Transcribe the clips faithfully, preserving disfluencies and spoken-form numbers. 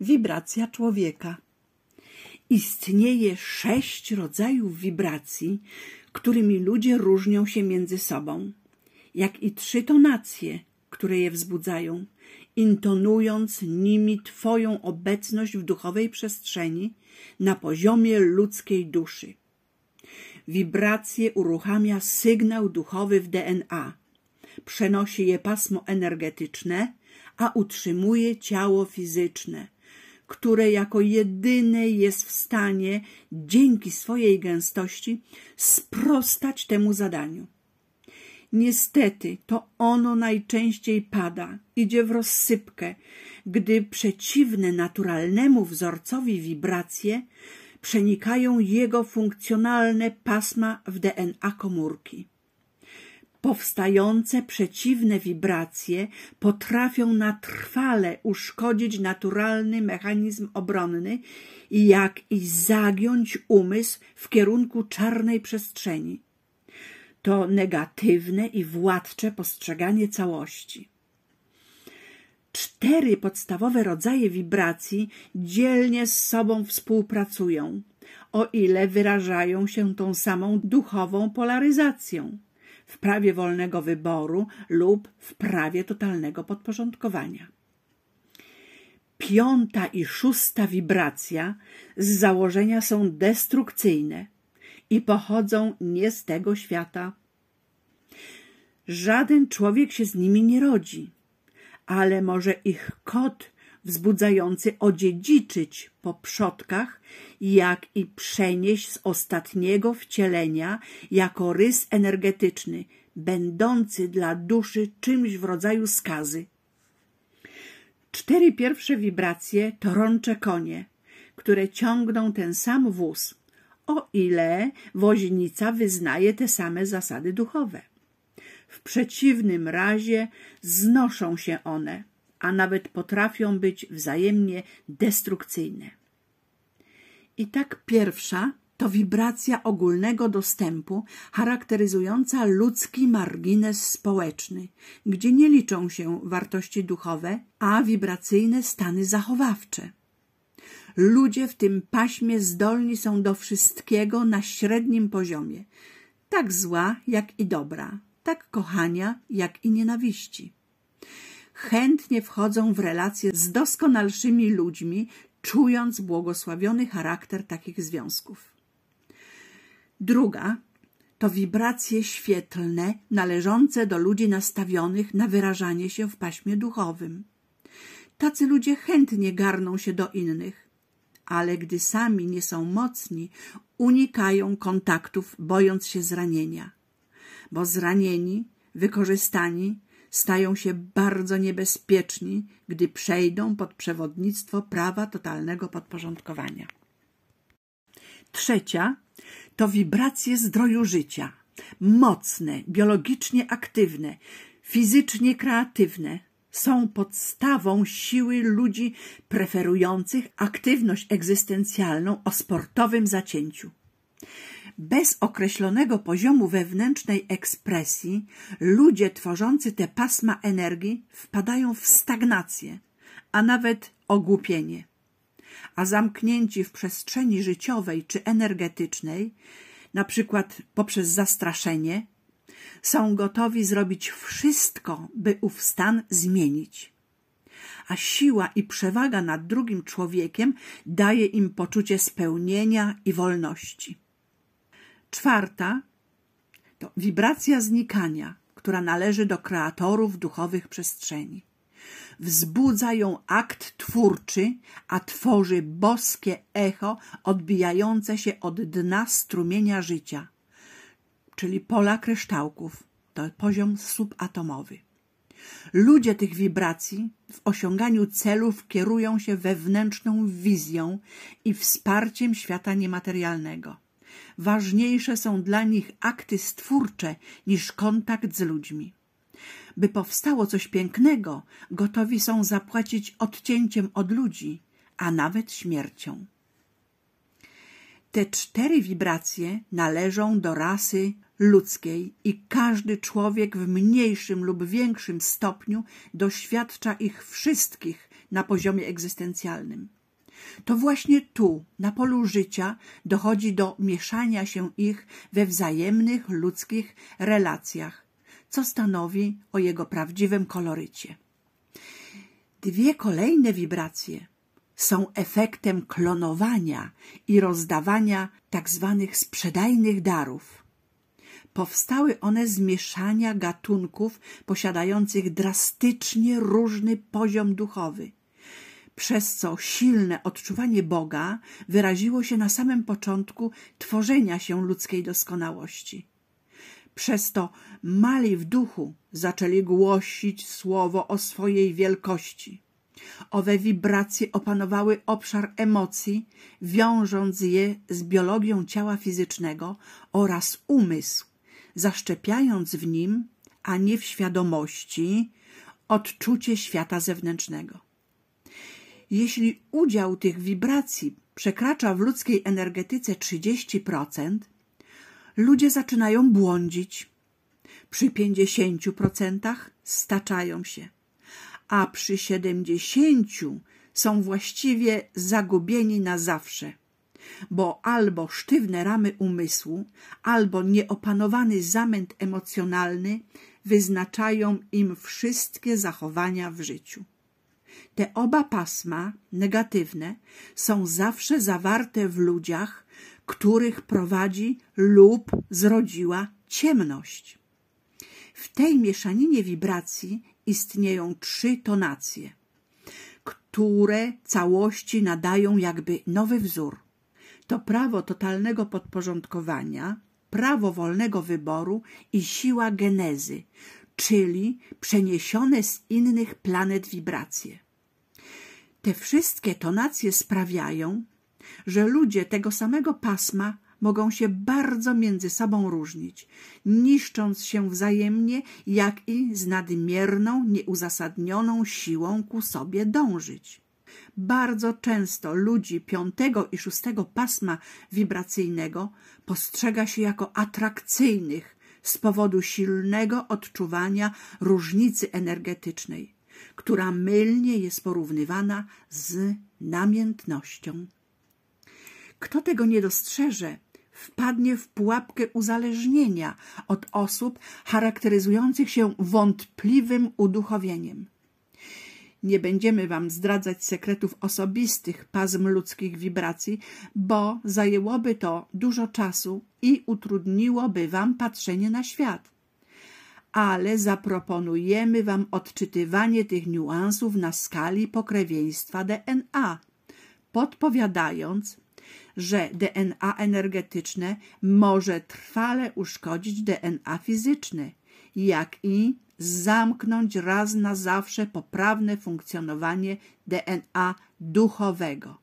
Wibracja człowieka. Istnieje sześć rodzajów wibracji, którymi ludzie różnią się między sobą, jak i trzy tonacje, które je wzbudzają, intonując nimi Twoją obecność w duchowej przestrzeni na poziomie ludzkiej duszy. Wibracje uruchamia sygnał duchowy w D N A, przenosi je pasmo energetyczne, a utrzymuje ciało fizyczne, które jako jedyne jest w stanie, dzięki swojej gęstości, sprostać temu zadaniu. Niestety to ono najczęściej pada, idzie w rozsypkę, gdy przeciwne naturalnemu wzorcowi wibracje przenikają jego funkcjonalne pasma w D N A komórki. Powstające przeciwne wibracje potrafią na trwale uszkodzić naturalny mechanizm obronny, jak i zagiąć umysł w kierunku czarnej przestrzeni. To negatywne i władcze postrzeganie całości. Cztery podstawowe rodzaje wibracji dzielnie z sobą współpracują, o ile wyrażają się tą samą duchową polaryzacją, w prawie wolnego wyboru lub w prawie totalnego podporządkowania. Piąta i szósta wibracja z założenia są destrukcyjne i pochodzą nie z tego świata. Żaden człowiek się z nimi nie rodzi, ale może ich kod wzbudzający odziedziczyć po przodkach, jak i przenieść z ostatniego wcielenia jako rys energetyczny, będący dla duszy czymś w rodzaju skazy. Cztery pierwsze wibracje to rącze konie, które ciągną ten sam wóz, o ile woźnica wyznaje te same zasady duchowe. W przeciwnym razie znoszą się one, a nawet potrafią być wzajemnie destrukcyjne. I tak pierwsza to wibracja ogólnego dostępu, charakteryzująca ludzki margines społeczny, gdzie nie liczą się wartości duchowe, a wibracyjne stany zachowawcze. Ludzie w tym paśmie zdolni są do wszystkiego na średnim poziomie, tak zła jak i dobra, tak kochania jak i nienawiści. Chętnie wchodzą w relacje z doskonalszymi ludźmi, czując błogosławiony charakter takich związków. Druga to wibracje świetlne należące do ludzi nastawionych na wyrażanie się w paśmie duchowym. Tacy ludzie chętnie garną się do innych, ale gdy sami nie są mocni, unikają kontaktów, bojąc się zranienia, bo zranieni, wykorzystani stają się bardzo niebezpieczni, gdy przejdą pod przewodnictwo prawa totalnego podporządkowania. Trzecia to wibracje zdroju życia, mocne, biologicznie aktywne, fizycznie kreatywne, są podstawą siły ludzi preferujących aktywność egzystencjalną o sportowym zacięciu. Bez określonego poziomu wewnętrznej ekspresji ludzie tworzący te pasma energii wpadają w stagnację, a nawet ogłupienie. A zamknięci w przestrzeni życiowej czy energetycznej, na przykład poprzez zastraszenie, są gotowi zrobić wszystko, by ów stan zmienić. A siła i przewaga nad drugim człowiekiem daje im poczucie spełnienia i wolności. Czwarta to wibracja znikania, która należy do kreatorów duchowych przestrzeni. Wzbudza ją akt twórczy, a tworzy boskie echo odbijające się od dna strumienia życia, czyli pola kryształków, to poziom subatomowy. Ludzie tych wibracji w osiąganiu celów kierują się wewnętrzną wizją i wsparciem świata niematerialnego. Ważniejsze są dla nich akty stwórcze niż kontakt z ludźmi. By powstało coś pięknego, gotowi są zapłacić odcięciem od ludzi, a nawet śmiercią. Te cztery wibracje należą do rasy ludzkiej i każdy człowiek w mniejszym lub większym stopniu doświadcza ich wszystkich na poziomie egzystencjalnym. To właśnie tu, na polu życia, dochodzi do mieszania się ich we wzajemnych ludzkich relacjach, co stanowi o jego prawdziwym kolorycie. Dwie kolejne wibracje są efektem klonowania i rozdawania tzw. sprzedajnych darów. Powstały one z mieszania gatunków posiadających drastycznie różny poziom duchowy, przez co silne odczuwanie Boga wyraziło się na samym początku tworzenia się ludzkiej doskonałości. Przez to mali w duchu zaczęli głosić słowo o swojej wielkości. Owe wibracje opanowały obszar emocji, wiążąc je z biologią ciała fizycznego oraz umysł, zaszczepiając w nim, a nie w świadomości, odczucie świata zewnętrznego. Jeśli udział tych wibracji przekracza w ludzkiej energetyce trzydzieści procent, ludzie zaczynają błądzić. Przy pięćdziesięciu procentach staczają się, a przy siedemdziesięciu procentach są właściwie zagubieni na zawsze, bo albo sztywne ramy umysłu, albo nieopanowany zamęt emocjonalny wyznaczają im wszystkie zachowania w życiu. Te oba pasma negatywne są zawsze zawarte w ludziach, których prowadzi lub zrodziła ciemność. W tej mieszaninie wibracji istnieją trzy tonacje, które całości nadają jakby nowy wzór. To prawo totalnego podporządkowania, prawo wolnego wyboru i siła genezy, czyli przeniesione z innych planet wibracje. Te wszystkie tonacje sprawiają, że ludzie tego samego pasma mogą się bardzo między sobą różnić, niszcząc się wzajemnie, jak i z nadmierną, nieuzasadnioną siłą ku sobie dążyć. Bardzo często ludzi piątego i szóstego pasma wibracyjnego postrzega się jako atrakcyjnych z powodu silnego odczuwania różnicy energetycznej, która mylnie jest porównywana z namiętnością. Kto tego nie dostrzeże, wpadnie w pułapkę uzależnienia od osób charakteryzujących się wątpliwym uduchowieniem. Nie będziemy wam zdradzać sekretów osobistych pasm ludzkich wibracji, bo zajęłoby to dużo czasu i utrudniłoby wam patrzenie na świat. Ale zaproponujemy wam odczytywanie tych niuansów na skali pokrewieństwa D N A, podpowiadając, że D N A energetyczne może trwale uszkodzić D N A fizyczne, jak i zamknąć raz na zawsze poprawne funkcjonowanie D N A duchowego.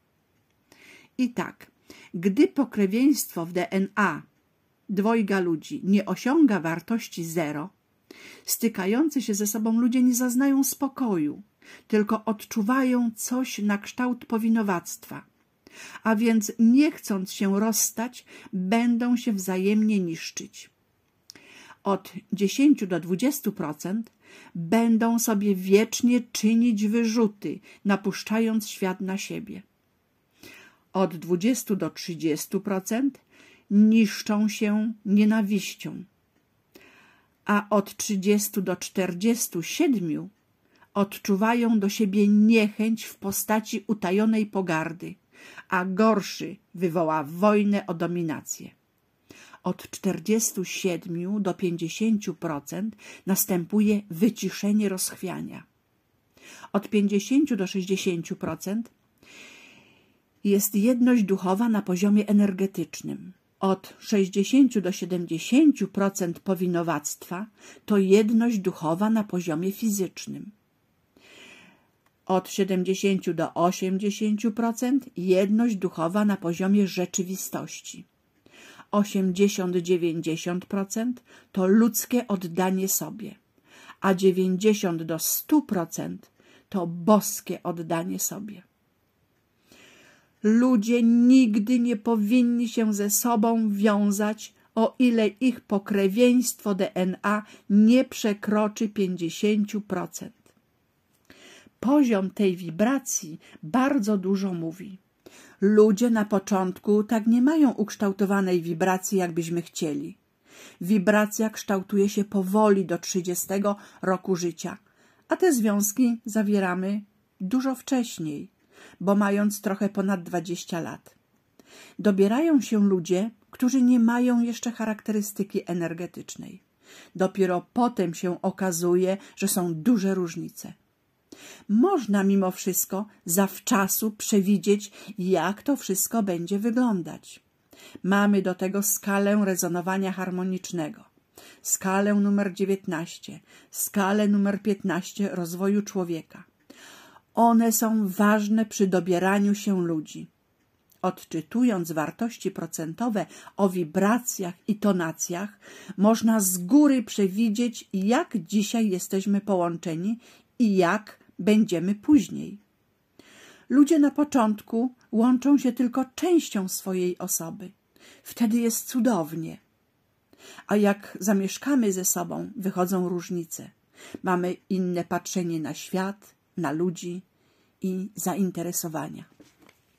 I tak, gdy pokrewieństwo w D N A dwojga ludzi nie osiąga wartości zero, stykający się ze sobą ludzie nie zaznają spokoju, tylko odczuwają coś na kształt powinowactwa, a więc nie chcąc się rozstać, będą się wzajemnie niszczyć. Od dziesięciu do dwudziestu procent będą sobie wiecznie czynić wyrzuty, napuszczając świat na siebie. Od dwudziestu do trzydziestu procent niszczą się nienawiścią, a od trzydziestu do czterdziestu siedmiu odczuwają do siebie niechęć w postaci utajonej pogardy, a gorszy wywoła wojnę o dominację. Od czterdziestu siedmiu do pięćdziesięciu procent następuje wyciszenie rozchwiania. Od pięćdziesięciu do sześćdziesięciu procent jest jedność duchowa na poziomie energetycznym. Od sześćdziesięciu do siedemdziesięciu procent powinowactwa to jedność duchowa na poziomie fizycznym. Od siedemdziesięciu do osiemdziesięciu procent jedność duchowa na poziomie rzeczywistości. osiemdziesiąt do dziewięćdziesięciu procent to ludzkie oddanie sobie, a dziewięćdziesiąt do stu procent to boskie oddanie sobie. Ludzie nigdy nie powinni się ze sobą wiązać, o ile ich pokrewieństwo D N A nie przekroczy pięćdziesięciu procent. Poziom tej wibracji bardzo dużo mówi. Ludzie na początku tak nie mają ukształtowanej wibracji, jakbyśmy chcieli. Wibracja kształtuje się powoli do trzydziestego roku życia, a te związki zawieramy dużo wcześniej, bo mając trochę ponad dwadzieścia lat. Dobierają się ludzie, którzy nie mają jeszcze charakterystyki energetycznej. Dopiero potem się okazuje, że są duże różnice. Można mimo wszystko zawczasu przewidzieć, jak to wszystko będzie wyglądać. Mamy do tego skalę rezonowania harmonicznego, skalę numer dziewiętnaście, skalę numer piętnaście rozwoju człowieka. One są ważne przy dobieraniu się ludzi. Odczytując wartości procentowe o wibracjach i tonacjach, można z góry przewidzieć, jak dzisiaj jesteśmy połączeni i jak będziemy później. Ludzie na początku łączą się tylko częścią swojej osoby. Wtedy jest cudownie. A jak zamieszkamy ze sobą, wychodzą różnice. Mamy inne patrzenie na świat, na ludzi i zainteresowania.